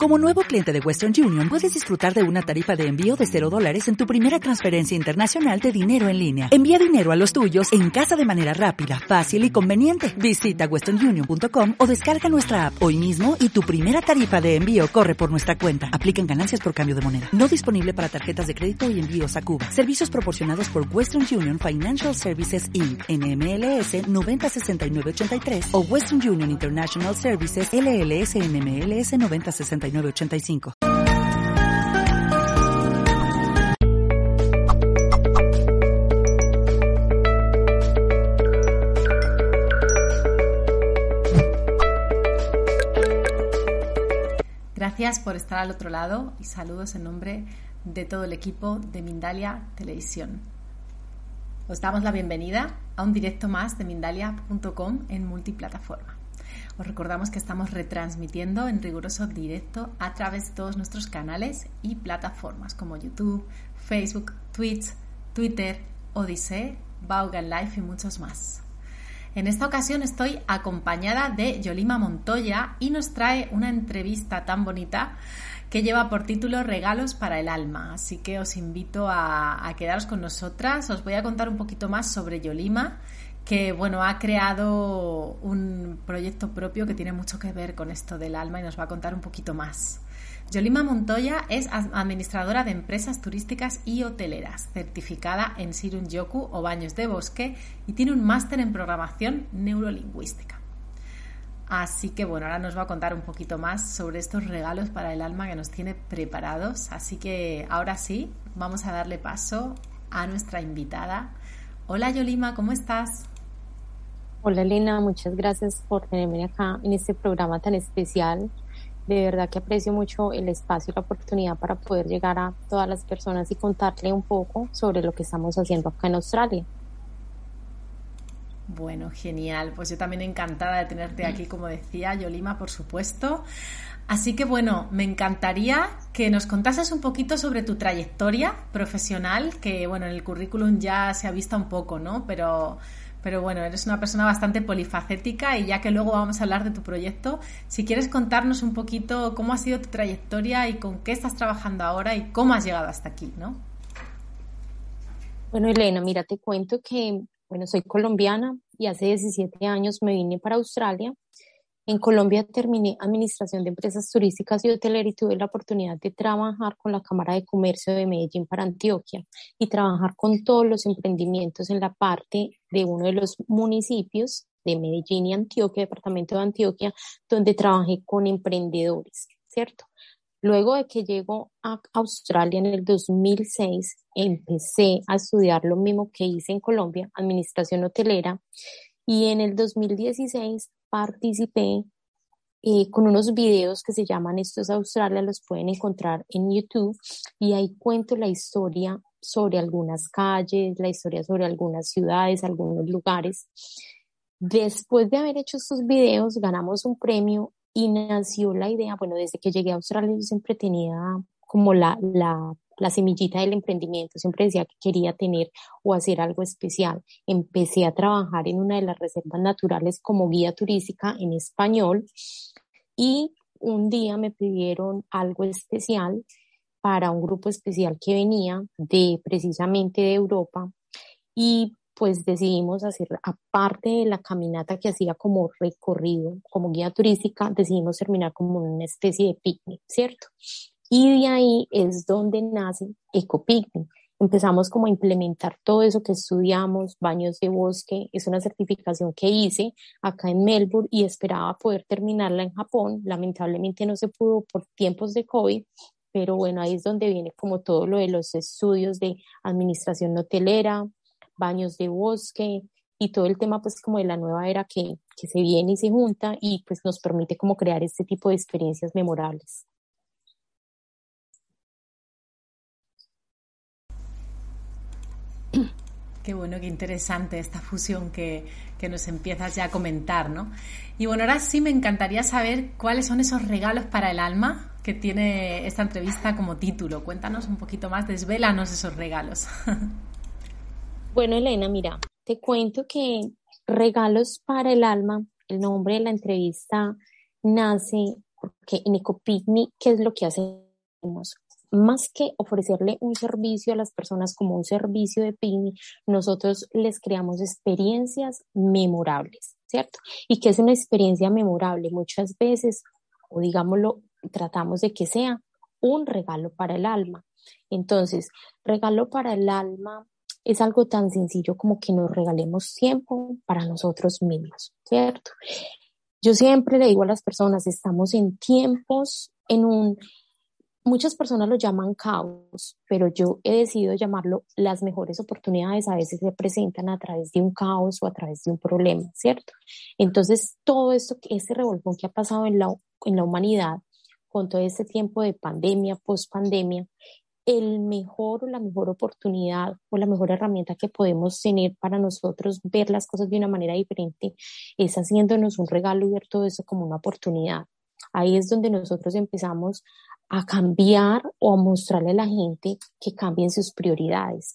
Como nuevo cliente de Western Union, puedes disfrutar de una tarifa de envío de $0 en tu primera transferencia internacional de dinero en línea. Envía dinero a los tuyos en casa de manera rápida, fácil y conveniente. Visita westernunion.com o descarga nuestra app hoy mismo y tu primera tarifa de envío corre por nuestra cuenta. Aplican ganancias por cambio de moneda. No disponible para tarjetas de crédito y envíos a Cuba. Servicios proporcionados por Western Union Financial Services Inc. NMLS 906983 o Western Union International Services LLS NMLS 906985. Gracias por estar al otro lado y saludos en nombre de todo el equipo de Mindalia Televisión. Os damos la bienvenida a un directo más de Mindalia.com en multiplataforma. Os recordamos que estamos retransmitiendo en riguroso directo a través de todos nuestros canales y plataformas como YouTube, Facebook, Twitch, Twitter, Odyssey, Vaughan Live y muchos más. En esta ocasión estoy acompañada de Yolima Montoya y nos trae una entrevista tan bonita que lleva por título Regalos para el alma. Así que os invito a quedaros con nosotras. Os voy a contar un poquito más sobre Yolima, que ha creado un proyecto propio que tiene mucho que ver con esto del alma y nos va a contar un poquito más. Yolima Montoya es administradora de empresas turísticas y hoteleras, certificada en Shirun Yoku o baños de bosque y tiene un máster en programación neurolingüística. Así que ahora nos va a contar un poquito más sobre estos regalos para el alma que nos tiene preparados. Así que ahora sí, vamos a darle paso a nuestra invitada. Hola Yolima, ¿cómo estás? Hola Elena, muchas gracias por tenerme acá en este programa tan especial. De verdad que aprecio mucho el espacio y la oportunidad para poder llegar a todas las personas y contarle un poco sobre lo que estamos haciendo acá en Australia. Bueno, genial. Pues yo también encantada de tenerte aquí, como decía Yolima, por supuesto. Así que me encantaría que nos contases un poquito sobre tu trayectoria profesional, que en el currículum ya se ha visto un poco, ¿no? Pero eres una persona bastante polifacética y ya que luego vamos a hablar de tu proyecto, si quieres contarnos un poquito cómo ha sido tu trayectoria y con qué estás trabajando ahora y cómo has llegado hasta aquí, ¿no? Bueno, Elena, mira, te cuento que, soy colombiana y hace 17 años me vine para Australia. En Colombia terminé Administración de Empresas Turísticas y Hotelería y tuve la oportunidad de trabajar con la Cámara de Comercio de Medellín para Antioquia y trabajar con todos los emprendimientos en la parte de uno de los municipios de Medellín y Antioquia, departamento de Antioquia, donde trabajé con emprendedores, ¿cierto? Luego de que llego a Australia en el 2006, empecé a estudiar lo mismo que hice en Colombia, Administración Hotelera, y en el 2016 participé con unos videos que se llaman Esto es Australia, los pueden encontrar en YouTube, y ahí cuento la historia sobre algunas calles, la historia sobre algunas ciudades, algunos lugares. Después de haber hecho estos videos, ganamos un premio y nació la idea, desde que llegué a Australia yo siempre tenía como la semillita del emprendimiento, siempre decía que quería tener o hacer algo especial. Empecé a trabajar en una de las reservas naturales como guía turística en español y un día me pidieron algo especial para un grupo especial que venía precisamente de Europa y pues decidimos hacer, aparte de la caminata que hacía como recorrido, como guía turística, decidimos terminar como una especie de picnic, ¿cierto? Y de ahí es donde nace Ecopicnic. Empezamos como a implementar todo eso que estudiamos, baños de bosque, es una certificación que hice acá en Melbourne y esperaba poder terminarla en Japón. Lamentablemente no se pudo por tiempos de COVID, pero ahí es donde viene como todo lo de los estudios de administración hotelera, baños de bosque y todo el tema pues como de la nueva era que se viene y se junta y pues nos permite como crear este tipo de experiencias memorables. Qué bueno, qué interesante esta fusión que nos empiezas ya a comentar, ¿no? Y ahora sí me encantaría saber cuáles son esos regalos para el alma que tiene esta entrevista como título. Cuéntanos un poquito más, desvélanos esos regalos. Bueno, Elena, mira, te cuento que Regalos para el alma, el nombre de la entrevista nace porque porque en Ecopicnic, ¿qué es lo que hacemos? Más que ofrecerle un servicio a las personas como un servicio de picnic, nosotros les creamos experiencias memorables, ¿cierto? ¿Y qué es una experiencia memorable? Muchas veces, o digámoslo, tratamos de que sea un regalo para el alma. Entonces, regalo para el alma es algo tan sencillo como que nos regalemos tiempo para nosotros mismos, ¿cierto? Yo siempre le digo a las personas, estamos en tiempos, muchas personas lo llaman caos, pero yo he decidido llamarlo las mejores oportunidades a veces se presentan a través de un caos o a través de un problema, ¿cierto? Entonces, todo esto, este revolcón que ha pasado en la humanidad, con todo este tiempo de pandemia, post-pandemia, el mejor o la mejor oportunidad o la mejor herramienta que podemos tener para nosotros ver las cosas de una manera diferente es haciéndonos un regalo y ver todo eso como una oportunidad. Ahí es donde nosotros empezamos a cambiar o a mostrarle a la gente que cambien sus prioridades.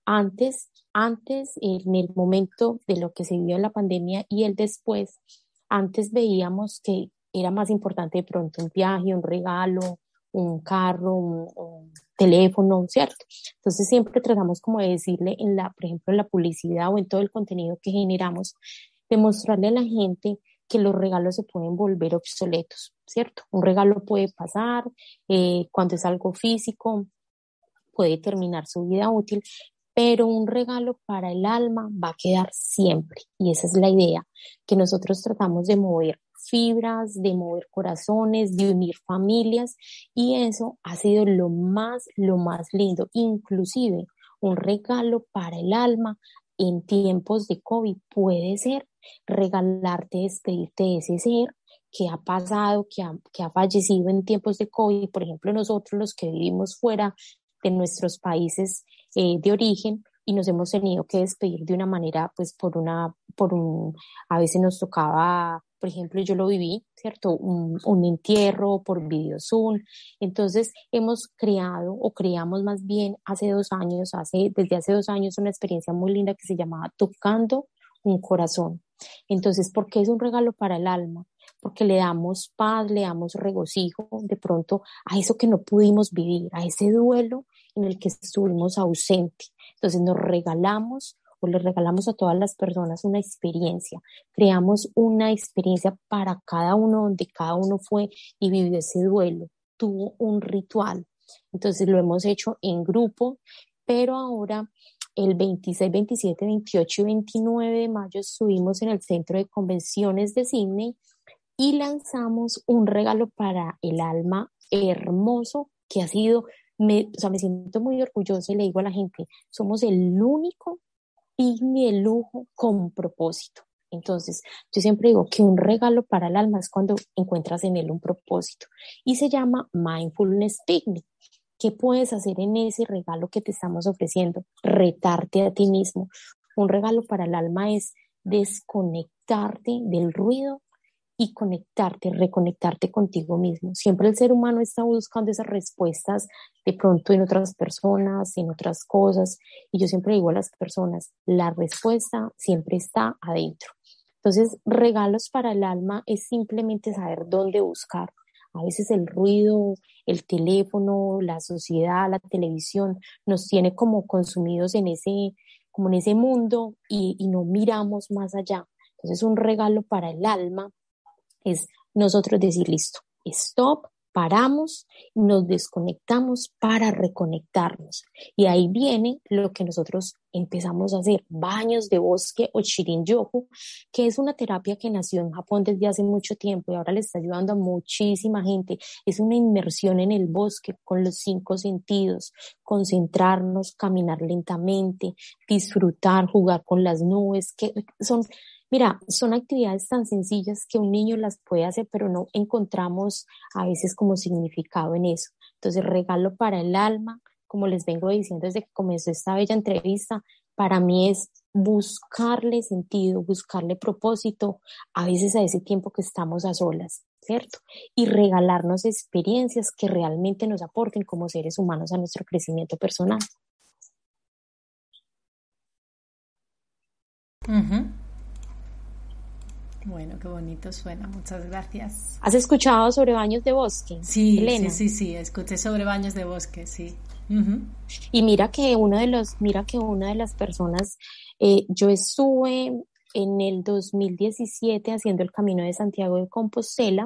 Antes, en el momento de lo que se vivió en la pandemia y el después, antes veíamos que era más importante de pronto un viaje, un regalo, un carro, un teléfono, ¿cierto? Entonces siempre tratamos como de decirle por ejemplo, en la publicidad o en todo el contenido que generamos, de mostrarle a la gente que los regalos se pueden volver obsoletos, ¿cierto? Un regalo puede pasar, cuando es algo físico, puede terminar su vida útil, pero un regalo para el alma va a quedar siempre. Y esa es la idea, que nosotros tratamos de mover fibras, de mover corazones, de unir familias, y eso ha sido lo más lindo. Inclusive un regalo para el alma en tiempos de COVID puede ser regalarte, despedirte de ese ser que ha pasado, que ha fallecido en tiempos de COVID. Por ejemplo, nosotros los que vivimos fuera de nuestros países de origen y nos hemos tenido que despedir de una manera, pues a veces nos tocaba, por ejemplo, yo lo viví, ¿cierto? Un entierro por video Zoom. Entonces hemos creado o creamos más bien desde hace 2 años una experiencia muy linda que se llamaba Tocando un Corazón. Entonces, ¿por qué es un regalo para el alma? Porque le damos paz, le damos regocijo de pronto a eso que no pudimos vivir, a ese duelo en el que estuvimos ausentes. Entonces nos regalamos o le regalamos a todas las personas una experiencia, creamos una experiencia para cada uno donde cada uno fue y vivió ese duelo, tuvo un ritual. Entonces lo hemos hecho en grupo, pero ahora el 26, 27, 28 y 29 de mayo estuvimos en el Centro de Convenciones de Sydney y lanzamos un regalo para el alma hermoso que ha sido, me siento muy orgullosa y le digo a la gente, somos el único picnic de lujo con propósito. Entonces, yo siempre digo que un regalo para el alma es cuando encuentras en él un propósito y se llama Mindfulness Picnic. ¿Qué puedes hacer en ese regalo que te estamos ofreciendo? Retarte a ti mismo. Un regalo para el alma es desconectarte del ruido y reconectarte contigo mismo. Siempre el ser humano está buscando esas respuestas de pronto en otras personas, en otras cosas. Y yo siempre digo a las personas, la respuesta siempre está adentro. Entonces, regalos para el alma es simplemente saber dónde buscar. A veces el ruido, el teléfono, la sociedad, la televisión nos tiene como consumidos en ese mundo y no miramos más allá. Entonces, un regalo para el alma es nosotros decir, listo, stop, paramos, nos desconectamos para reconectarnos. Y ahí viene lo que nosotros empezamos a hacer, baños de bosque o Shirin-yoku, que es una terapia que nació en Japón desde hace mucho tiempo y ahora le está ayudando a muchísima gente. Es una inmersión en el bosque con los 5 sentidos, concentrarnos, caminar lentamente, disfrutar, jugar con las nubes, que son actividades tan sencillas que un niño las puede hacer, pero no encontramos a veces como significado en eso. Entonces, regalo para el alma, como les vengo diciendo desde que comenzó esta bella entrevista, para mí es buscarle sentido, buscarle propósito, a veces a ese tiempo que estamos a solas, ¿cierto? Y regalarnos experiencias que realmente nos aporten como seres humanos a nuestro crecimiento personal. Uh-huh. Bueno, qué bonito suena, muchas gracias. ¿Has escuchado sobre baños de bosque, Sí, Elena? sí, escuché sobre baños de bosque, sí. Uh-huh. Y mira que una de las personas, yo estuve en el 2017 haciendo el Camino de Santiago de Compostela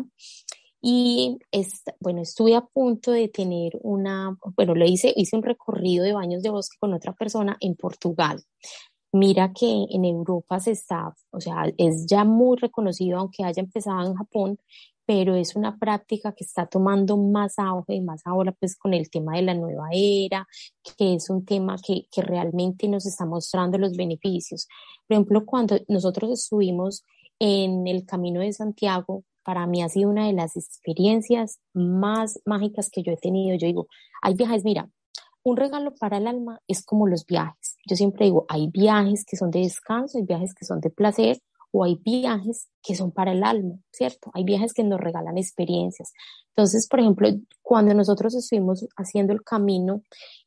y bueno, estuve a punto de tener hice un recorrido de baños de bosque con otra persona en Portugal. Mira que en Europa o sea, es ya muy reconocido, aunque haya empezado en Japón, pero es una práctica que está tomando más auge y más ahora pues con el tema de la nueva era, que es un tema que realmente nos está mostrando los beneficios. Por ejemplo, cuando nosotros estuvimos en el Camino de Santiago, para mí ha sido una de las experiencias más mágicas que yo he tenido. Yo digo, hay viajes, mira, un regalo para el alma es como los viajes. Yo siempre digo, hay viajes que son de descanso, hay viajes que son de placer, o hay viajes que son para el alma, ¿cierto? Hay viajes que nos regalan experiencias. Entonces, por ejemplo, cuando nosotros estuvimos haciendo el camino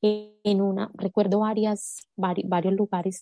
recuerdo varios lugares,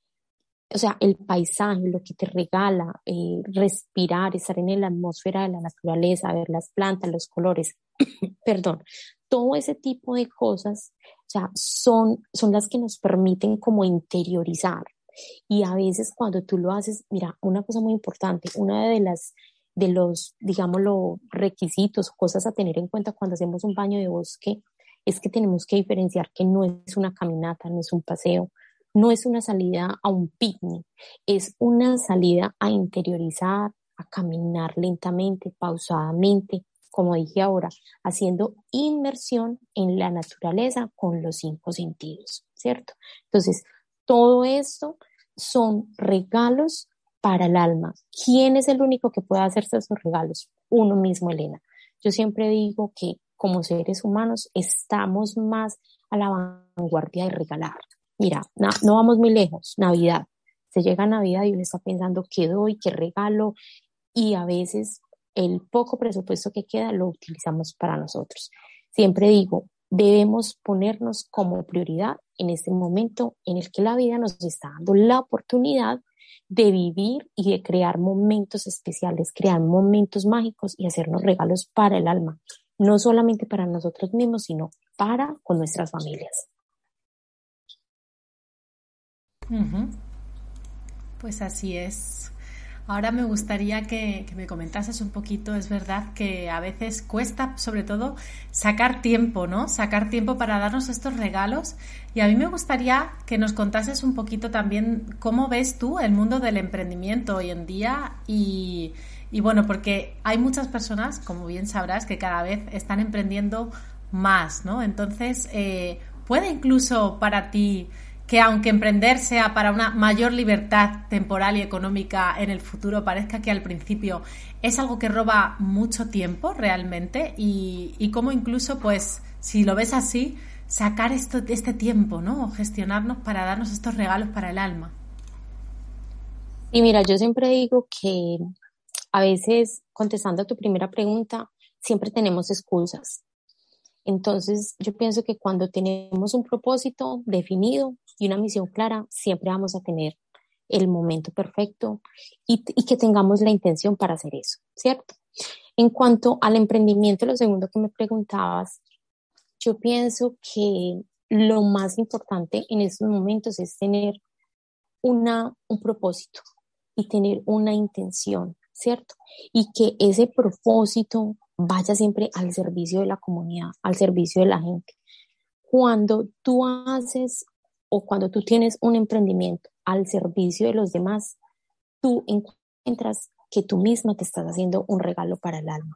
o sea, el paisaje, lo que te regala, respirar, estar en la atmósfera de la naturaleza, ver las plantas, los colores, perdón, todo ese tipo de cosas, o sea, son las que nos permiten como interiorizar. Y a veces cuando tú lo haces, mira, una cosa muy importante, una de los, digámoslo, requisitos, cosas a tener en cuenta cuando hacemos un baño de bosque, es que tenemos que diferenciar que no es una caminata, no es un paseo, no es una salida a un picnic, es una salida a interiorizar, a caminar lentamente, pausadamente, como dije ahora, haciendo inmersión en la naturaleza con los 5 sentidos, ¿cierto? Entonces, todo esto son regalos para el alma. ¿Quién es el único que puede hacerse esos regalos? Uno mismo, Elena. Yo siempre digo que como seres humanos estamos más a la vanguardia de regalar. Mira, no vamos muy lejos, Navidad. Se llega a Navidad y uno está pensando qué doy, qué regalo, y a veces el poco presupuesto que queda lo utilizamos para nosotros. Siempre digo, debemos ponernos como prioridad en este momento en el que la vida nos está dando la oportunidad de vivir y de crear momentos especiales, crear momentos mágicos y hacernos regalos para el alma, no solamente para nosotros mismos, sino para con nuestras familias. Uh-huh. Pues así es. Ahora me gustaría que me comentases un poquito, es verdad que a veces cuesta sobre todo sacar tiempo, ¿no? Sacar tiempo para darnos estos regalos, y a mí me gustaría que nos contases un poquito también cómo ves tú el mundo del emprendimiento hoy en día y bueno, porque hay muchas personas, como bien sabrás, que cada vez están emprendiendo más, ¿no? Entonces, puede incluso para ti que aunque emprender sea para una mayor libertad temporal y económica en el futuro, parezca que al principio es algo que roba mucho tiempo realmente, y cómo incluso, pues, si lo ves así, sacar este tiempo, ¿no? O gestionarnos para darnos estos regalos para el alma. Y mira, yo siempre digo que a veces, contestando a tu primera pregunta, siempre tenemos excusas. Entonces, yo pienso que cuando tenemos un propósito definido y una misión clara, siempre vamos a tener el momento perfecto y que tengamos la intención para hacer eso, ¿cierto? En cuanto al emprendimiento, lo segundo que me preguntabas, yo pienso que lo más importante en estos momentos es tener un propósito y tener una intención, ¿cierto? Y que ese propósito vaya siempre al servicio de la comunidad, al servicio de la gente. Cuando tú haces o cuando tú tienes un emprendimiento al servicio de los demás, tú encuentras que tú misma te estás haciendo un regalo para el alma.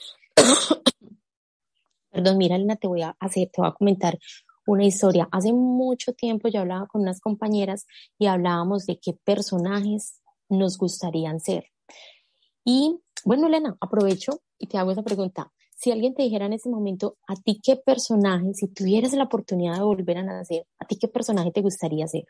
Perdón, mira, Elena, te voy a comentar una historia. Hace mucho tiempo yo hablaba con unas compañeras y hablábamos de qué personajes nos gustarían ser. Y bueno, Elena, aprovecho y te hago esa pregunta. Si alguien te dijera en ese momento, ¿a ti qué personaje, si tuvieras la oportunidad de volver a nacer, a ti qué personaje te gustaría ser?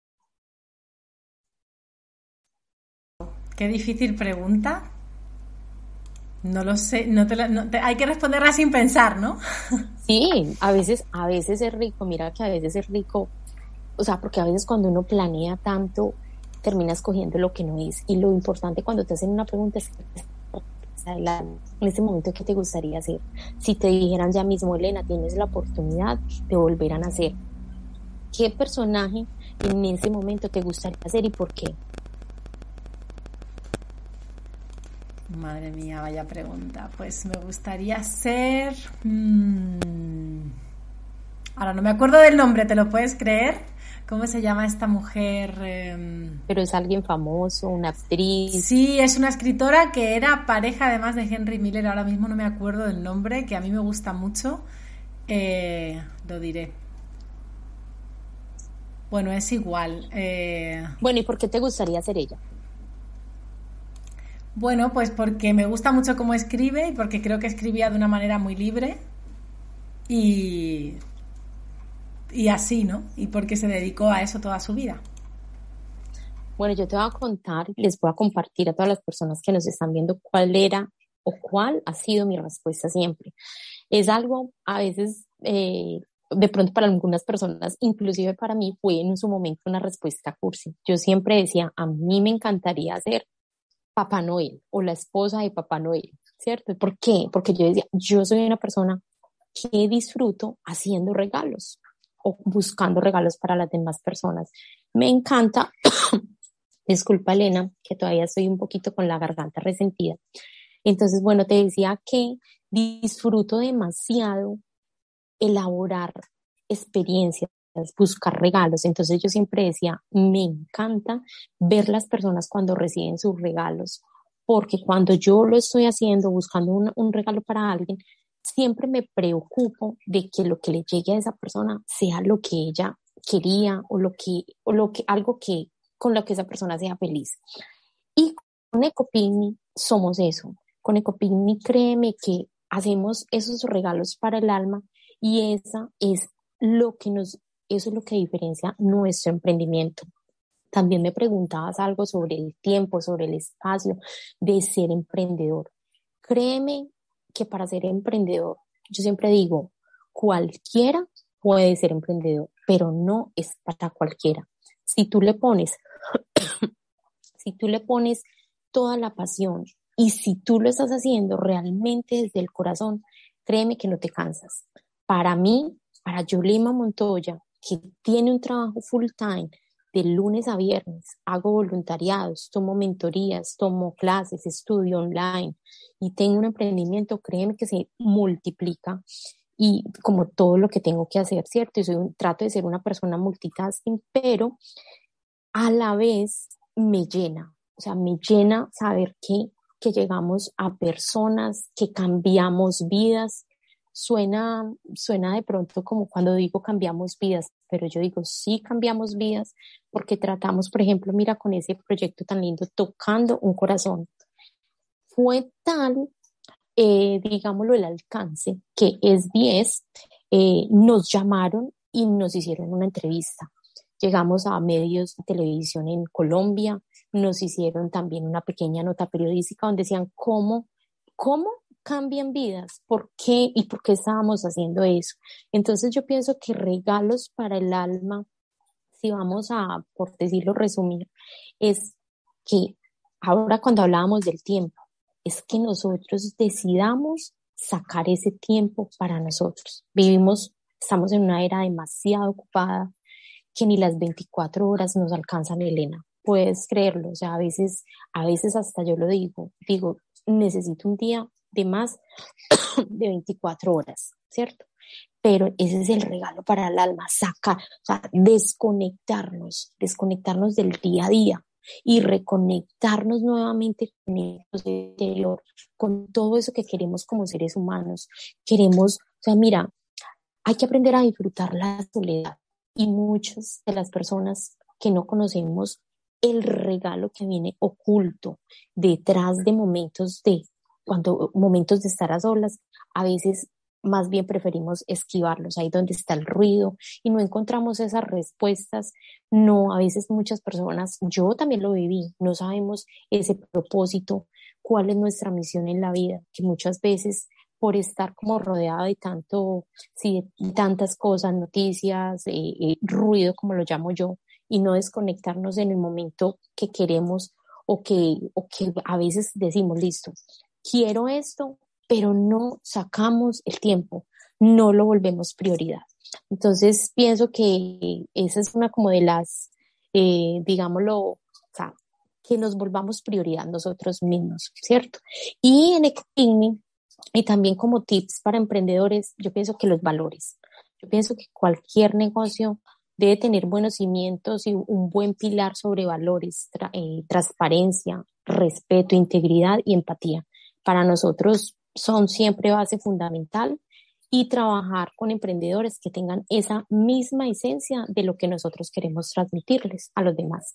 Qué difícil pregunta. No lo sé, hay que responderla sin pensar, ¿no? Sí, a veces es rico, mira que a veces es rico, o sea, porque a veces cuando uno planea tanto, terminas cogiendo lo que no es. Y lo importante cuando te hacen una pregunta es en ese momento, ¿qué te gustaría hacer? Si te dijeran ya mismo, Elena, tienes la oportunidad de volver a nacer, ¿qué personaje en ese momento te gustaría hacer y por qué? Madre mía, vaya pregunta. Pues me gustaría ser... Ahora no me acuerdo del nombre, ¿te lo puedes creer? ¿Cómo se llama esta mujer? Pero es alguien famoso, una actriz. Sí, es una escritora que era pareja además de Henry Miller. Ahora mismo no me acuerdo del nombre, que a mí me gusta mucho. Lo diré. Bueno, es igual. Bueno, ¿y por qué te gustaría ser ella? Bueno, pues porque me gusta mucho cómo escribe y porque creo que escribía de una manera muy libre y, y así, ¿no? Y porque se dedicó a eso toda su vida. Bueno, yo te voy a contar, les voy a compartir a todas las personas que nos están viendo cuál era o cuál ha sido mi respuesta siempre. Es algo a veces, de pronto para algunas personas, inclusive para mí, fue en su momento una respuesta cursi. Yo siempre decía, a mí me encantaría ser Papá Noel o la esposa de Papá Noel, ¿cierto? ¿Por qué? Porque yo decía, yo soy una persona que disfruto haciendo regalos o buscando regalos para las demás personas. Me encanta, disculpa Elena, que todavía estoy un poquito con la garganta resentida. Entonces, bueno, te decía que disfruto demasiado elaborar experiencias, buscar regalos. Entonces yo siempre decía, me encanta ver las personas cuando reciben sus regalos, porque cuando yo lo estoy haciendo, buscando un regalo para alguien, siempre me preocupo de que lo que le llegue a esa persona sea lo que ella quería algo que con lo que esa persona sea feliz. Y con Ecopicnic somos eso. Con Ecopicnic, créeme que hacemos esos regalos para el alma y eso es lo que diferencia nuestro emprendimiento. También me preguntabas algo sobre el tiempo, sobre el espacio de ser emprendedor. Créeme que para ser emprendedor, yo siempre digo, cualquiera puede ser emprendedor, pero no es para cualquiera. Si tú le pones, si tú le pones toda la pasión y si tú lo estás haciendo realmente desde el corazón, créeme que no te cansas. Para mí, para Yolima Montoya, que tiene un trabajo full time de lunes a viernes, hago voluntariados, tomo mentorías, tomo clases, estudio online y tengo un emprendimiento, créeme que se multiplica y como todo lo que tengo que hacer, ¿cierto? Y trato de ser una persona multitasking, pero a la vez me llena, o sea, me llena saber que llegamos a personas, que cambiamos vidas. Suena de pronto como cuando digo cambiamos vidas, pero yo digo sí cambiamos vidas porque tratamos, por ejemplo, mira con ese proyecto tan lindo, tocando un corazón. Fue tal, digámoslo, el alcance que SBS nos llamaron y nos hicieron una entrevista. Llegamos a medios de televisión en Colombia, nos hicieron también una pequeña nota periodística donde decían cómo cambian vidas, por qué y por qué estábamos haciendo eso. Entonces yo pienso que regalos para el alma, si vamos a, por decirlo resumir, es que ahora cuando hablábamos del tiempo, es que nosotros decidamos sacar ese tiempo para nosotros. Estamos en una era demasiado ocupada que ni las 24 horas nos alcanzan, Elena. Puedes creerlo, o sea, a veces hasta yo lo digo, necesito un día de más de 24 horas, ¿cierto? Pero ese es el regalo para el alma, sacar, o sea, desconectarnos del día a día y reconectarnos nuevamente con el interior, con todo eso que queremos como seres humanos. Queremos, o sea, mira, hay que aprender a disfrutar la soledad y muchas de las personas que no conocemos el regalo que viene oculto detrás de momentos de estar a solas, a veces más bien preferimos esquivarlos, ahí donde está el ruido y no encontramos esas respuestas. No, a veces muchas personas, yo también lo viví, no sabemos ese propósito, cuál es nuestra misión en la vida, que muchas veces por estar como rodeada de tantas cosas, noticias, ruido como lo llamo yo, y no desconectarnos en el momento que queremos o que a veces decimos, listo, quiero esto, pero no sacamos el tiempo, no lo volvemos prioridad. Entonces pienso que esa es una como de las, digámoslo, o sea, que nos volvamos prioridad nosotros mismos, ¿cierto? Y en Ecopigni, y también como tips para emprendedores, yo pienso que los valores. Yo pienso que cualquier negocio debe tener buenos cimientos y un buen pilar sobre valores, transparencia, respeto, integridad y empatía. Para nosotros son siempre base fundamental y trabajar con emprendedores que tengan esa misma esencia de lo que nosotros queremos transmitirles a los demás.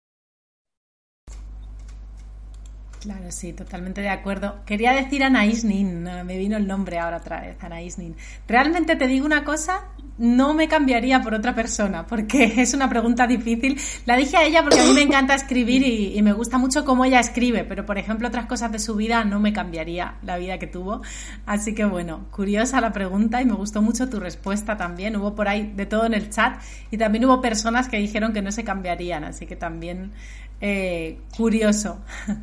Claro, sí, totalmente de acuerdo. Quería decir Anaïs Nin, me vino el nombre ahora otra vez, Anaïs Nin. Realmente te digo una cosa, no me cambiaría por otra persona, porque es una pregunta difícil. La dije a ella porque a mí me encanta escribir y me gusta mucho cómo ella escribe, pero por ejemplo otras cosas de su vida no me cambiaría la vida que tuvo. Así que bueno, curiosa la pregunta y me gustó mucho tu respuesta también. Hubo por ahí de todo en el chat y también hubo personas que dijeron que no se cambiarían, así que también curioso.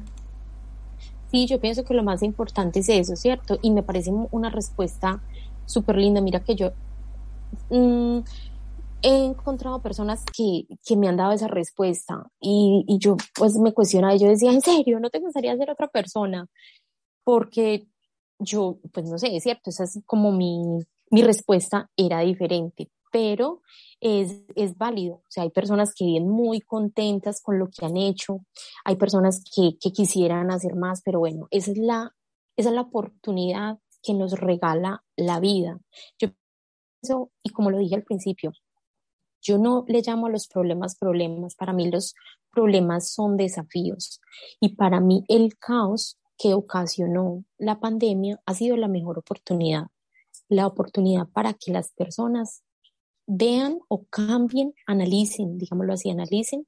Sí, yo pienso que lo más importante es eso, ¿cierto? Y me parece una respuesta súper linda. Mira que yo mm, he encontrado personas que me han dado esa respuesta y yo pues me cuestionaba y yo decía, ¿en serio? ¿No te gustaría ser otra persona? Porque yo, pues no sé, es cierto, esa es como mi respuesta era diferente, pero es válido. O sea, hay personas que viven muy contentas con lo que han hecho, hay personas que quisieran hacer más, pero bueno, esa es la oportunidad que nos regala la vida. Yo pienso, y como lo dije al principio, yo no le llamo a los problemas problemas, para mí los problemas son desafíos y para mí el caos que ocasionó la pandemia ha sido la oportunidad para que las personas vean o cambien, analicen, digámoslo así, analicen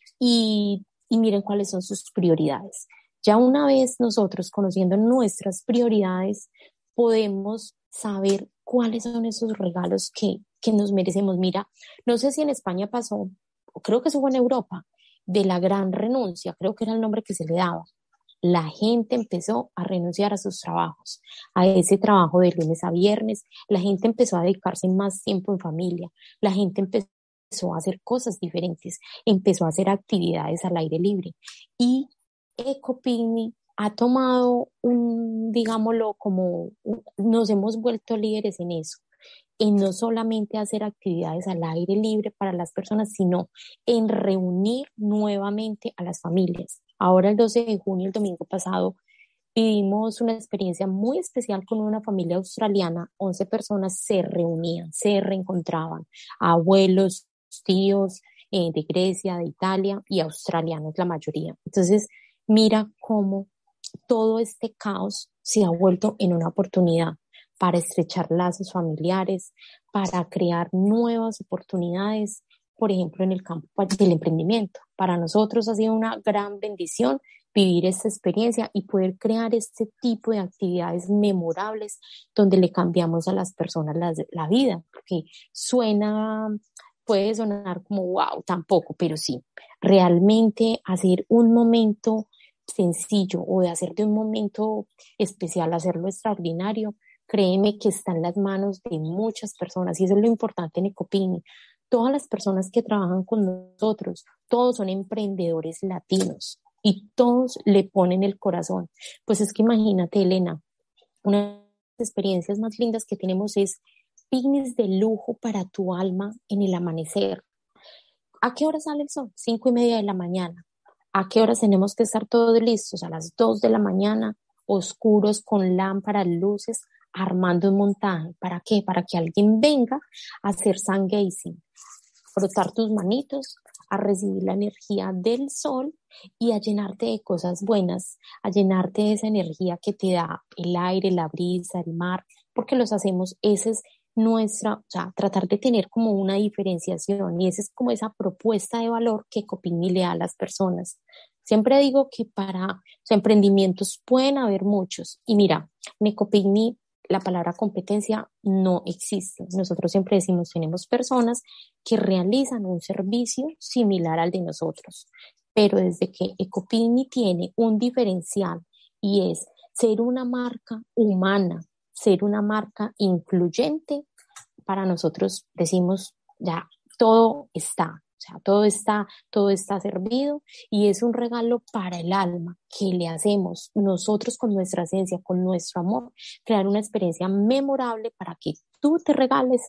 y miren cuáles son sus prioridades. Ya una vez nosotros conociendo nuestras prioridades, podemos saber cuáles son esos regalos que nos merecemos. Mira, no sé si en España pasó, o creo que eso fue en Europa, de la gran renuncia, creo que era el nombre que se le daba. La gente empezó a renunciar a sus trabajos, a ese trabajo de lunes a viernes. La gente empezó a dedicarse más tiempo en familia. La gente empezó a hacer cosas diferentes, empezó a hacer actividades al aire libre. Y Ecopigni ha tomado digámoslo, nos hemos vuelto líderes en eso, en no solamente hacer actividades al aire libre para las personas, sino en reunir nuevamente a las familias. Ahora el 12 de junio, el domingo pasado, vivimos una experiencia muy especial con una familia australiana. 11 personas se reunían, se reencontraban, abuelos, tíos de Grecia, de Italia y australianos la mayoría. Entonces, mira cómo todo este caos se ha vuelto en una oportunidad para estrechar lazos familiares, para crear nuevas oportunidades, por ejemplo, en el campo del emprendimiento. Para nosotros ha sido una gran bendición vivir esta experiencia y poder crear este tipo de actividades memorables donde le cambiamos a las personas la vida, porque puede sonar como wow, tampoco, pero sí, realmente hacer un momento sencillo o de hacer de un momento especial, hacerlo extraordinario, créeme que está en las manos de muchas personas y eso es lo importante en Ecopigni. Todas las personas que trabajan con nosotros, todos son emprendedores latinos y todos le ponen el corazón. Pues es que imagínate, Elena, una de las experiencias más lindas que tenemos es picnics de lujo para tu alma en el amanecer. ¿A qué hora sale el sol? 5:30 de la mañana. ¿A qué horas tenemos que estar todos listos? A las 2 de la mañana, oscuros, con lámparas, luces, armando un montaje. ¿Para qué? Para que alguien venga a hacer sun gazing, frotar tus manitos, a recibir la energía del sol y a llenarte de cosas buenas, a llenarte de esa energía que te da el aire, la brisa, el mar, porque los hacemos, esa es o sea, tratar de tener como una diferenciación y esa es como esa propuesta de valor que Ecopigni le da a las personas. Siempre digo que para, o sea, emprendimientos pueden haber muchos y mira, en Ecopigni la palabra competencia no existe. Nosotros siempre decimos, tenemos personas que realizan un servicio similar al de nosotros, pero desde que Ecopigni tiene un diferencial y es ser una marca humana, ser una marca incluyente, para nosotros decimos ya todo está. O sea, todo está servido y es un regalo para el alma que le hacemos nosotros con nuestra esencia, con nuestro amor, crear una experiencia memorable para que tú te regales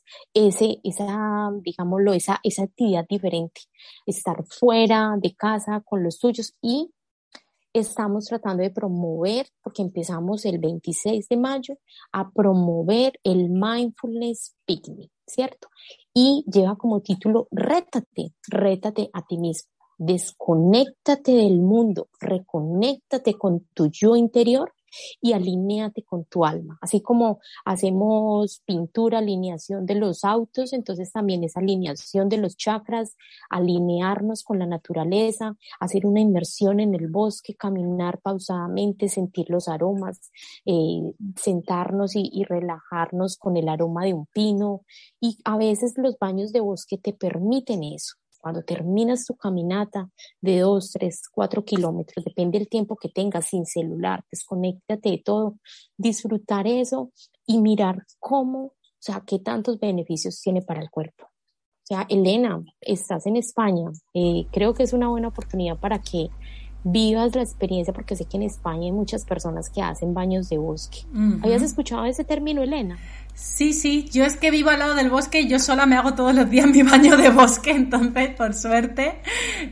digámoslo, esa actividad diferente, estar fuera de casa con los tuyos. Y estamos tratando de promover, porque empezamos el 26 de mayo, a promover el Mindfulness Picnic, ¿cierto? Y lleva como título, rétate a ti mismo, desconéctate del mundo, reconéctate con tu yo interior y alinéate con tu alma. Así como hacemos pintura, alineación de los autos, entonces también es alineación de los chakras, alinearnos con la naturaleza, hacer una inmersión en el bosque, caminar pausadamente, sentir los aromas, sentarnos y relajarnos con el aroma de un pino. Y a veces los baños de bosque te permiten eso. Cuando terminas tu caminata de 2, 3, 4 kilómetros, depende del tiempo que tengas, sin celular, desconéctate de todo, disfrutar eso y mirar cómo, o sea, qué tantos beneficios tiene para el cuerpo. O sea, Elena, estás en España, creo que es una buena oportunidad para que vivas la experiencia, porque sé que en España hay muchas personas que hacen baños de bosque. Uh-huh. ¿Habías escuchado ese término, Elena? Sí, yo es que vivo al lado del bosque y yo sola me hago todos los días mi baño de bosque, entonces, por suerte,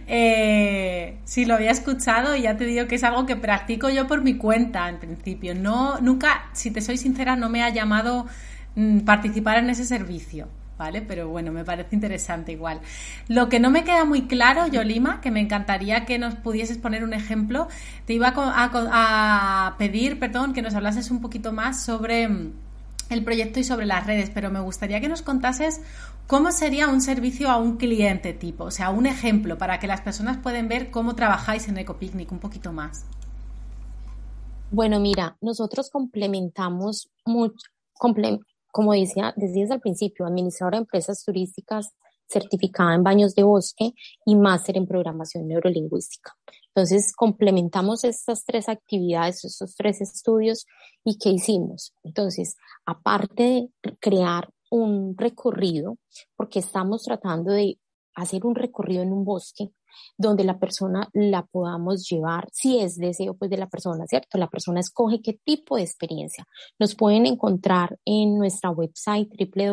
sí lo había escuchado y ya te digo que es algo que practico yo por mi cuenta, en principio. Nunca, si te soy sincera, no me ha llamado participar en ese servicio, ¿vale? Pero bueno, me parece interesante igual. Lo que no me queda muy claro, Yolima, que me encantaría que nos pudieses poner un ejemplo, te iba a pedir, que nos hablases un poquito más sobre el proyecto y sobre las redes, pero me gustaría que nos contases cómo sería un servicio a un cliente tipo, o sea, un ejemplo para que las personas puedan ver cómo trabajáis en Ecopicnic un poquito más. Bueno, mira, nosotros complementamos mucho, como decía desde el principio, administradora de empresas turísticas, certificada en baños de bosque y máster en programación neurolingüística. Entonces, complementamos estas 3 actividades, estos 3 estudios. ¿Y qué hicimos? Entonces, aparte de crear un recorrido, porque estamos tratando de hacer un recorrido en un bosque donde la persona la podamos llevar, si es deseo pues de la persona, ¿cierto? La persona escoge qué tipo de experiencia. Nos pueden encontrar en nuestra website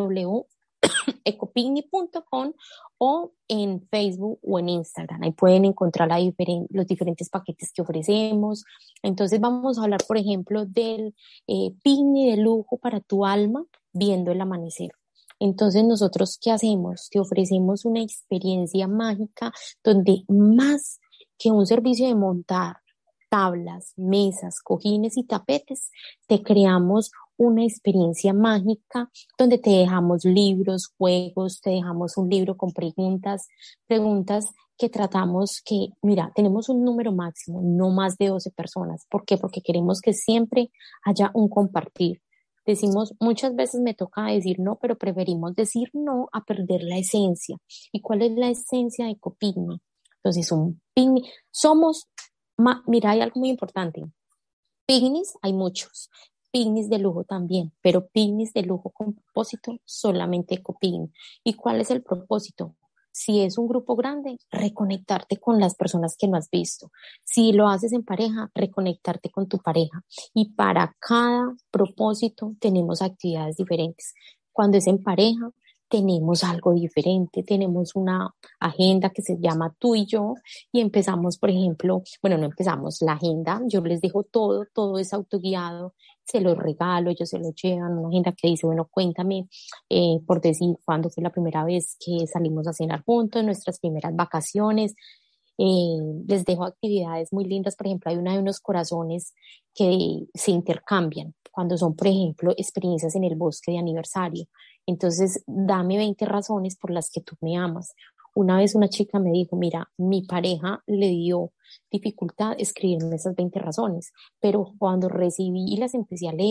www.ecopicnic.com o en Facebook o en Instagram. Ahí pueden encontrar los diferentes paquetes que ofrecemos. Entonces vamos a hablar, por ejemplo, del picnic de lujo para tu alma viendo el amanecer. Entonces nosotros, ¿qué hacemos? Te ofrecemos una experiencia mágica donde más que un servicio de montar tablas, mesas, cojines y tapetes, te creamos una experiencia mágica donde te dejamos libros, juegos, te dejamos un libro con preguntas que tratamos que, mira, tenemos un número máximo, no más de 12 personas. ¿Por qué? Porque queremos que siempre haya un compartir. Decimos, muchas veces me toca decir no, pero preferimos decir no a perder la esencia. ¿Y cuál es la esencia de Ecopicnic? Entonces, un picnic, mira, hay algo muy importante. Picnics hay muchos, picnics de lujo también, pero picnics de lujo con propósito solamente Ecopicnic. ¿Y cuál es el propósito? Si es un grupo grande, reconectarte con las personas que no has visto. Si lo haces en pareja, reconectarte con tu pareja. Y para cada propósito tenemos actividades diferentes. Cuando es en pareja, tenemos algo diferente, tenemos una agenda que se llama Tú y Yo y empezamos, por ejemplo, no empezamos la agenda, yo les dejo todo es autoguiado, se los regalo, ellos se lo llevan, una agenda que dice, cuéntame, por decir, cuándo fue la primera vez que salimos a cenar juntos, nuestras primeras vacaciones. Les dejo actividades muy lindas, por ejemplo, hay una de unos corazones que se intercambian cuando son, por ejemplo, experiencias en el bosque de aniversario. Entonces, dame 20 razones por las que tú me amas. Una vez una chica me dijo, mira, mi pareja le dio dificultad escribirme esas 20 razones, pero cuando recibí y las empecé a leer,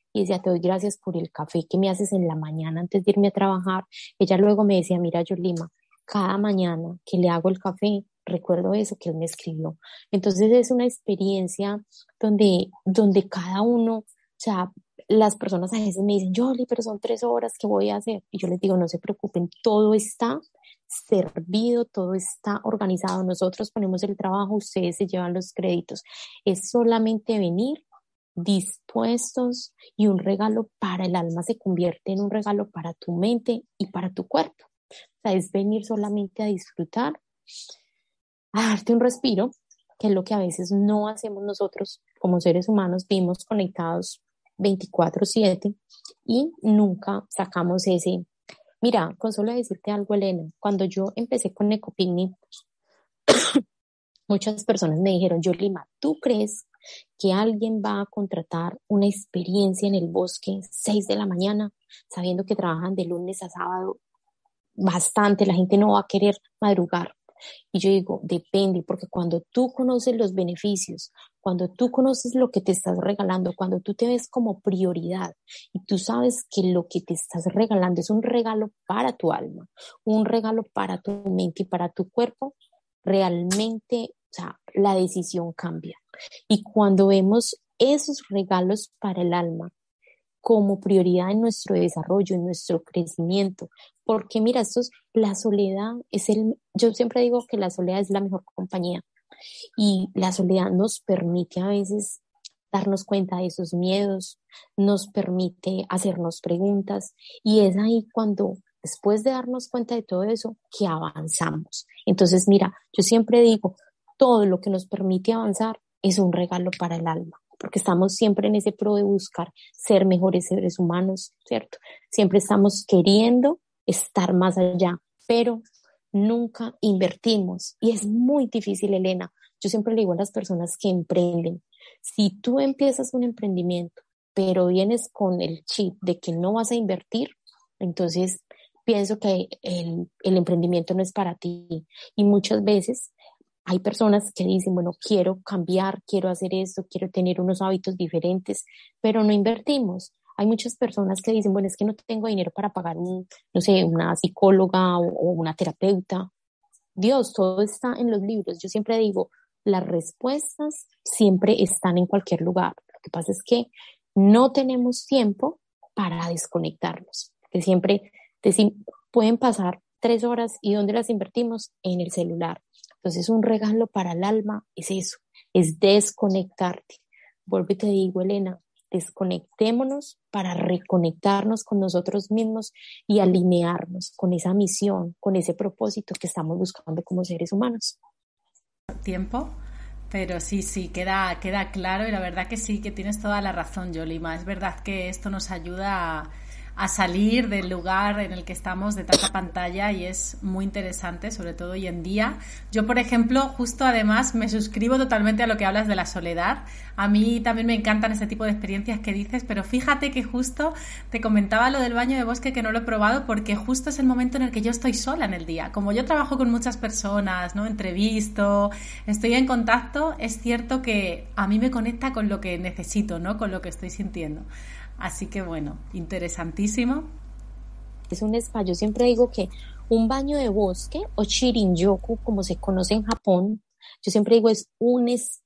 y decía, te doy gracias por el café que me haces en la mañana antes de irme a trabajar. Ella luego me decía, mira, Yolima, cada mañana que le hago el café, recuerdo eso que él me escribió. Entonces es una experiencia donde cada uno, o sea, las personas a veces me dicen, Yoli, pero son 3 horas, ¿qué voy a hacer? Y yo les digo, no se preocupen, todo está servido, todo está organizado. Nosotros ponemos el trabajo, ustedes se llevan los créditos. Es solamente venir dispuestos y un regalo para el alma se convierte en un regalo para tu mente y para tu cuerpo. O sea, es venir solamente a disfrutar, a darte un respiro, que es lo que a veces no hacemos nosotros como seres humanos, vivimos conectados 24/7 y nunca sacamos ese. Mira, con solo decirte algo, Elena, cuando yo empecé con Ecopicnic, muchas personas me dijeron, Yolima, ¿tú crees que alguien va a contratar una experiencia en el bosque 6 de la mañana, sabiendo que trabajan de lunes a sábado bastante? La gente no va a querer madrugar. Y yo digo, depende, porque cuando tú conoces los beneficios, cuando tú conoces lo que te estás regalando, cuando tú te ves como prioridad y tú sabes que lo que te estás regalando es un regalo para tu alma, un regalo para tu mente y para tu cuerpo, realmente, o sea, la decisión cambia. Y cuando vemos esos regalos para el alma como prioridad en nuestro desarrollo, en nuestro crecimiento, porque mira, la soledad yo siempre digo que la soledad es la mejor compañía y la soledad nos permite a veces darnos cuenta de esos miedos, nos permite hacernos preguntas y es ahí cuando después de darnos cuenta de todo eso que avanzamos. Entonces mira, yo siempre digo, todo lo que nos permite avanzar es un regalo para el alma, porque estamos siempre en ese pro de buscar ser mejores seres humanos, ¿cierto? Siempre estamos queriendo estar más allá, pero nunca invertimos y es muy difícil, Elena. Yo siempre le digo a las personas que emprenden, si tú empiezas un emprendimiento, pero vienes con el chip de que no vas a invertir, entonces pienso que el emprendimiento no es para ti. Y muchas veces hay personas que dicen, bueno, quiero cambiar, quiero hacer esto, quiero tener unos hábitos diferentes, pero no invertimos. Hay muchas personas que dicen, bueno, es que no tengo dinero para pagar no sé, una psicóloga o una terapeuta. Dios, todo está en los libros. Yo siempre digo, las respuestas siempre están en cualquier lugar. Lo que pasa es que no tenemos tiempo para desconectarnos. Que siempre pueden pasar 3 horas y ¿dónde las invertimos? En el celular. Entonces, un regalo para el alma es eso, es desconectarte. Vuelvo y te digo, Elena, desconectémonos para reconectarnos con nosotros mismos y alinearnos con esa misión, con ese propósito que estamos buscando como seres humanos. Tiempo, pero sí, queda claro y la verdad que sí, que tienes toda la razón, Yolima. Es verdad que esto nos ayuda a salir del lugar en el que estamos de tanta pantalla y es muy interesante, sobre todo hoy en día. Yo, por ejemplo, justo además me suscribo totalmente a lo que hablas de la soledad. A mí también me encantan ese tipo de experiencias que dices, pero fíjate que justo te comentaba lo del baño de bosque que no lo he probado porque justo es el momento en el que yo estoy sola en el día. Como yo trabajo con muchas personas, ¿no? Entrevisto, estoy en contacto, es cierto que a mí me conecta con lo que necesito, ¿no? Con lo que estoy sintiendo. Así que bueno, interesantísimo. Es un spa, yo siempre digo que un baño de bosque o Shirin-yoku, como se conoce en Japón, yo siempre digo es un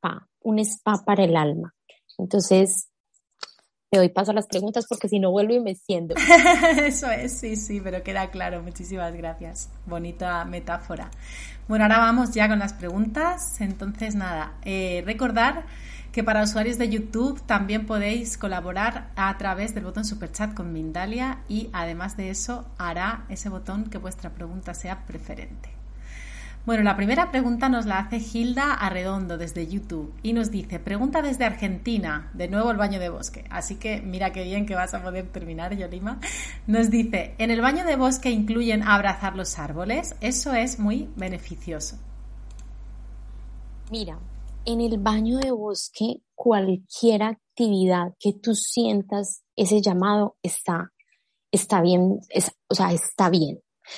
spa para el alma. Entonces, te doy paso a las preguntas porque si no vuelvo y me extiendo. Eso es, sí, pero queda claro. Muchísimas gracias. Bonita metáfora. Bueno, ahora vamos ya con las preguntas. Entonces, nada, recordar que para usuarios de YouTube también podéis colaborar a través del botón Superchat con Mindalia y además de eso hará ese botón que vuestra pregunta sea preferente. Bueno, la primera pregunta nos la hace Gilda Arredondo desde YouTube y nos dice, pregunta desde Argentina, de nuevo el baño de bosque, así que mira qué bien que vas a poder terminar, Yolima. Nos dice, ¿en el baño de bosque incluyen abrazar los árboles? Eso es muy beneficioso. Mira, en el baño de bosque, cualquier actividad que tú sientas ese llamado está bien, está bien.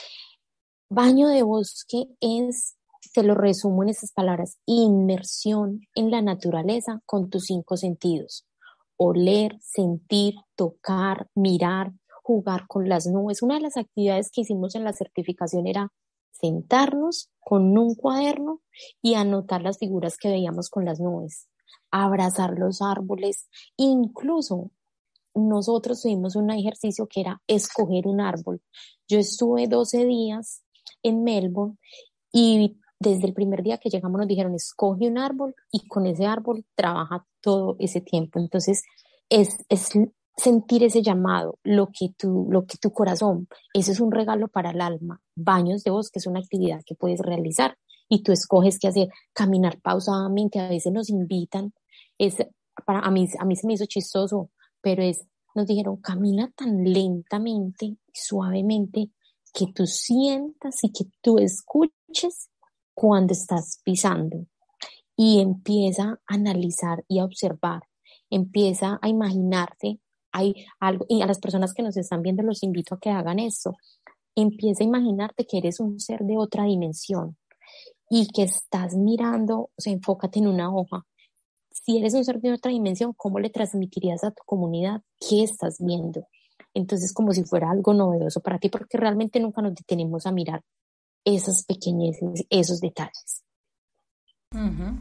Baño de bosque te lo resumo en esas palabras, inmersión en la naturaleza con tus 5 sentidos. oler, sentir, tocar, mirar, jugar con las nubes. Una de las actividades que hicimos en la certificación era sentarnos con un cuaderno y anotar las figuras que veíamos con las nubes, abrazar los árboles, incluso nosotros tuvimos un ejercicio que era escoger un árbol. Yo estuve 12 días en Melbourne y desde el primer día que llegamos nos dijeron, escoge un árbol y con ese árbol trabaja todo ese tiempo. Entonces, es sentir ese llamado, lo que tu corazón, eso es un regalo para el alma. Baños de bosque es una actividad que puedes realizar y tú escoges qué hacer, caminar pausadamente, a veces nos invitan, es, a mí se me hizo chistoso, pero nos dijeron, camina tan lentamente y suavemente que tú sientas y que tú escuches cuando estás pisando y empieza a analizar y a observar, empieza a imaginarte, hay algo, y a las personas que nos están viendo los invito a que hagan esto, empieza a imaginarte que eres un ser de otra dimensión y que estás mirando, o sea, enfócate en una hoja. Si eres un ser de otra dimensión, ¿cómo le transmitirías a tu comunidad qué estás viendo? Entonces, como si fuera algo novedoso para ti, porque realmente nunca nos detenemos a mirar esas pequeñeces, esos detalles. Ujú.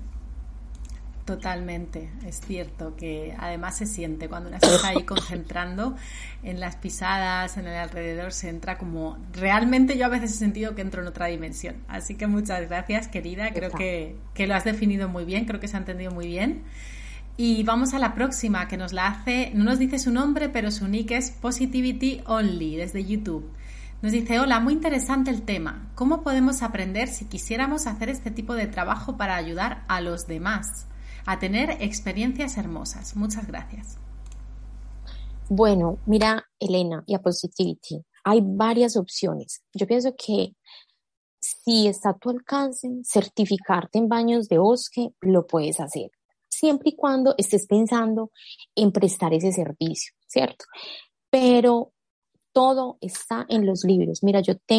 Totalmente, es cierto que además se siente cuando uno se está ahí concentrando en las pisadas, en el alrededor, se entra como... Realmente yo a veces he sentido que entro en otra dimensión. Así que muchas gracias, querida. Creo que lo has definido muy bien, creo que se ha entendido muy bien. Y vamos a la próxima, que nos la hace, no nos dice su nombre, pero su nick es Positivity Only, desde YouTube. Nos dice, hola, muy interesante el tema. ¿Cómo podemos aprender si quisiéramos hacer este tipo de trabajo para ayudar a los demás a tener experiencias hermosas? Muchas gracias. Bueno, mira, Elena, y a Positivity, hay varias opciones. Yo pienso que si está a tu alcance, certificarte en baños de bosque, lo puedes hacer, siempre y cuando estés pensando en prestar ese servicio, ¿cierto? Pero todo está en los libros. Mira,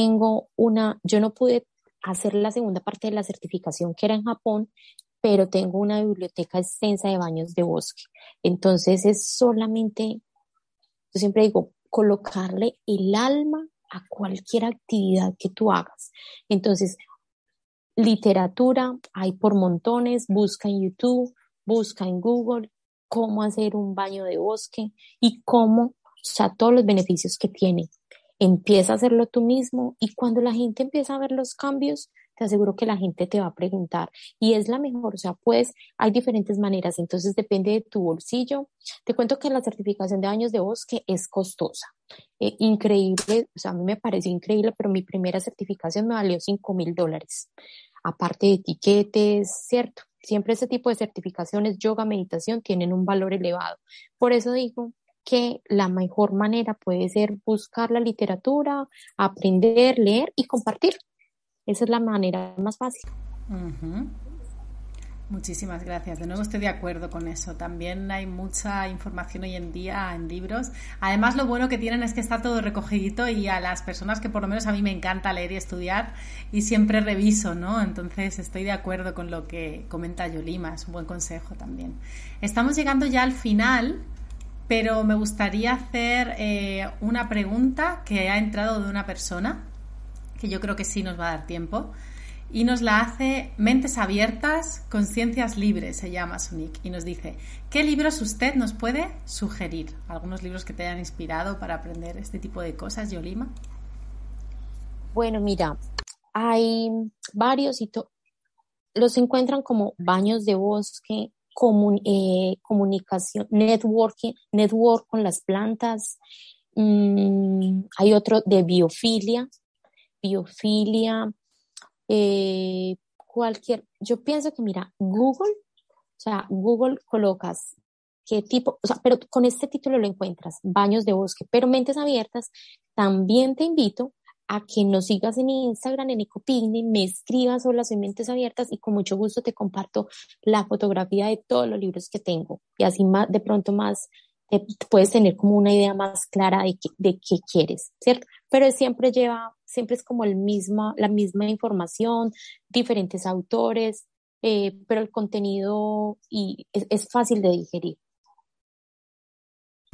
yo no pude hacer la segunda parte de la certificación que era en Japón, pero tengo una biblioteca extensa de baños de bosque. Entonces es solamente, yo siempre digo, colocarle el alma a cualquier actividad que tú hagas. Entonces, literatura hay por montones, busca en YouTube, busca en Google cómo hacer un baño de bosque y cómo, o sea, todos los beneficios que tiene. Empieza a hacerlo tú mismo y cuando la gente empieza a ver los cambios, te aseguro que la gente te va a preguntar y es la mejor, o sea, pues hay diferentes maneras, entonces depende de tu bolsillo. Te cuento que la certificación de baños de bosque es costosa, increíble, o sea, a mí me pareció increíble, pero mi primera certificación me valió $5,000, aparte de etiquetes, ¿cierto? Siempre ese tipo de certificaciones, yoga, meditación, tienen un valor elevado. Por eso digo que la mejor manera puede ser buscar la literatura, aprender, leer y compartir. Esa es la manera más fácil. Uh-huh. Muchísimas gracias. De nuevo estoy de acuerdo con eso. También hay mucha información hoy en día en libros. Además, lo bueno que tienen es que está todo recogidito y a las personas que por lo menos a mí me encanta leer y estudiar y siempre reviso, ¿no? Entonces estoy de acuerdo con lo que comenta Yolima. Es un buen consejo también. Estamos llegando ya al final, pero me gustaría hacer una pregunta que ha entrado de una persona, que yo creo que sí nos va a dar tiempo. Y nos la hace Mentes Abiertas, Conciencias Libres, se llama su nick. Y nos dice, ¿qué libros usted nos puede sugerir? ¿Algunos libros que te hayan inspirado para aprender este tipo de cosas, Yolima? Bueno, mira, hay varios y los encuentran como baños de bosque, comunicación, network con las plantas. Hay otro de biofilia, yo pienso que mira, Google colocas qué tipo, o sea, pero con este título lo encuentras, baños de bosque, pero Mentes Abiertas, también te invito a que nos sigas en Instagram, en Ecopicnic, me escribas, hola, soy Mentes Abiertas, y con mucho gusto te comparto la fotografía de todos los libros que tengo, y así más, de pronto más, te puedes tener como una idea más clara de qué quieres, ¿cierto? Pero siempre es como la misma información, diferentes autores, pero el contenido es fácil de digerir.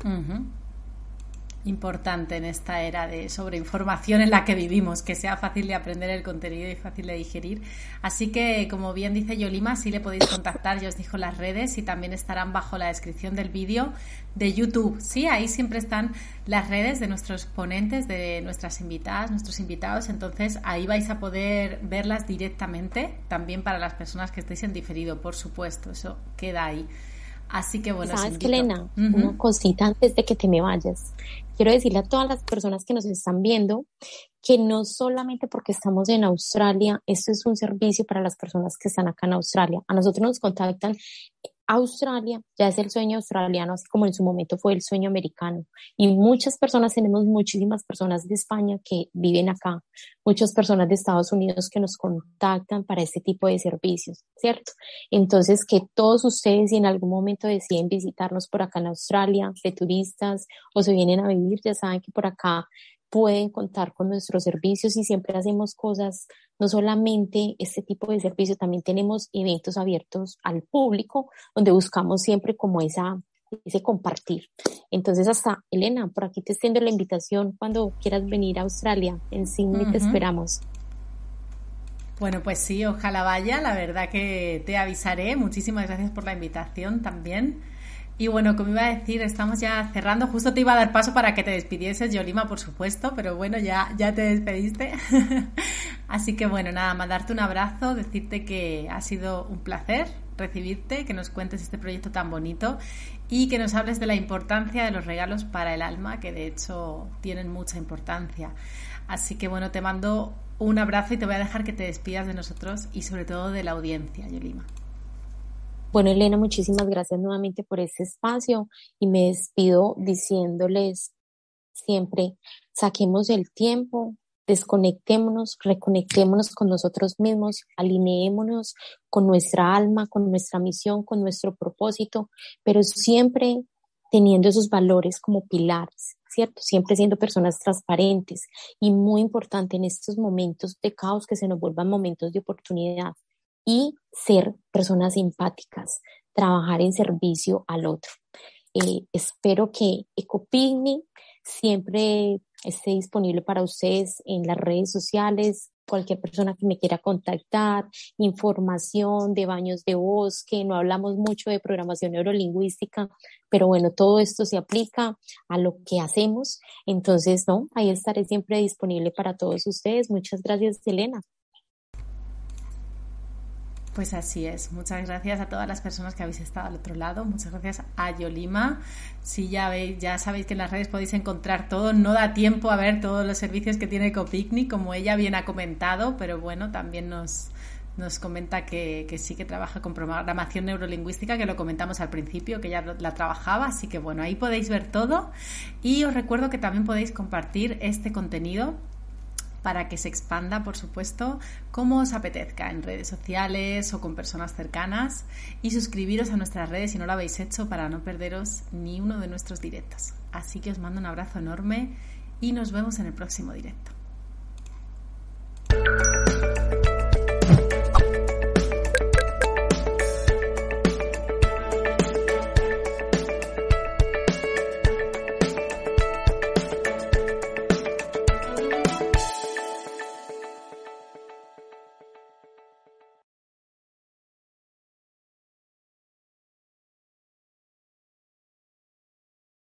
Uh-huh. Importante en esta era de sobreinformación en la que vivimos, que sea fácil de aprender el contenido y fácil de digerir. Así que, como bien dice Yolima, sí le podéis contactar, ya os dijo las redes, y también estarán bajo la descripción del vídeo de YouTube. Sí, ahí siempre están las redes de nuestros ponentes, de nuestras invitadas, nuestros invitados, entonces ahí vais a poder verlas directamente, también para las personas que estéis en diferido, por supuesto, eso queda ahí. Así que bueno, ¿sabes qué, Elena? Una cosita antes de que te me vayas. Quiero decirle a todas las personas que nos están viendo que no solamente porque estamos en Australia, esto es un servicio para las personas que están acá en Australia. A nosotros nos contactan. Australia ya es el sueño australiano, así como en su momento fue el sueño americano. Y muchas personas, tenemos muchísimas personas de España que viven acá, muchas personas de Estados Unidos que nos contactan para este tipo de servicios, ¿cierto? Entonces, que todos ustedes, si en algún momento deciden visitarnos por acá en Australia, de turistas, o se vienen a vivir, ya saben que por acá pueden contar con nuestros servicios y siempre hacemos cosas, no solamente este tipo de servicio, también tenemos eventos abiertos al público donde buscamos siempre como ese compartir. Entonces, hasta Elena, por aquí te extiendo la invitación cuando quieras venir a Australia. En Sydney te esperamos. Bueno, pues sí, ojalá vaya, la verdad que te avisaré. Muchísimas gracias por la invitación también. Y bueno, como iba a decir, estamos ya cerrando. Justo te iba a dar paso para que te despidieses, Yolima, por supuesto, pero bueno, ya te despediste. Así que bueno, nada, mandarte un abrazo, decirte que ha sido un placer recibirte, que nos cuentes este proyecto tan bonito y que nos hables de la importancia de los regalos para el alma, que de hecho tienen mucha importancia. Así que bueno, te mando un abrazo y te voy a dejar que te despidas de nosotros y sobre todo de la audiencia, Yolima. Bueno, Elena, muchísimas gracias nuevamente por este espacio y me despido diciéndoles siempre, saquemos el tiempo, desconectémonos, reconectémonos con nosotros mismos, alineémonos con nuestra alma, con nuestra misión, con nuestro propósito, pero siempre teniendo esos valores como pilares, ¿cierto? Siempre siendo personas transparentes y muy importante en estos momentos de caos que se nos vuelvan momentos de oportunidad. Y ser personas empáticas, trabajar en servicio al otro. Espero que Ecopicnic siempre esté disponible para ustedes en las redes sociales, cualquier persona que me quiera contactar, información de baños de bosque, no hablamos mucho de programación neurolingüística, pero bueno, todo esto se aplica a lo que hacemos, entonces, no, ahí estaré siempre disponible para todos ustedes. Muchas gracias, Elena. Pues así es. Muchas gracias a todas las personas que habéis estado al otro lado. Muchas gracias a Yolima. Sí, ya sabéis que en las redes podéis encontrar todo. No da tiempo a ver todos los servicios que tiene Ecopicnic, como ella bien ha comentado, pero bueno, también nos comenta que sí que trabaja con programación neurolingüística, que lo comentamos al principio, que ya la trabajaba. Así que bueno, ahí podéis ver todo. Y os recuerdo que también podéis compartir este contenido para que se expanda, por supuesto, como os apetezca, en redes sociales o con personas cercanas, y suscribiros a nuestras redes si no lo habéis hecho para no perderos ni uno de nuestros directos. Así que os mando un abrazo enorme y nos vemos en el próximo directo.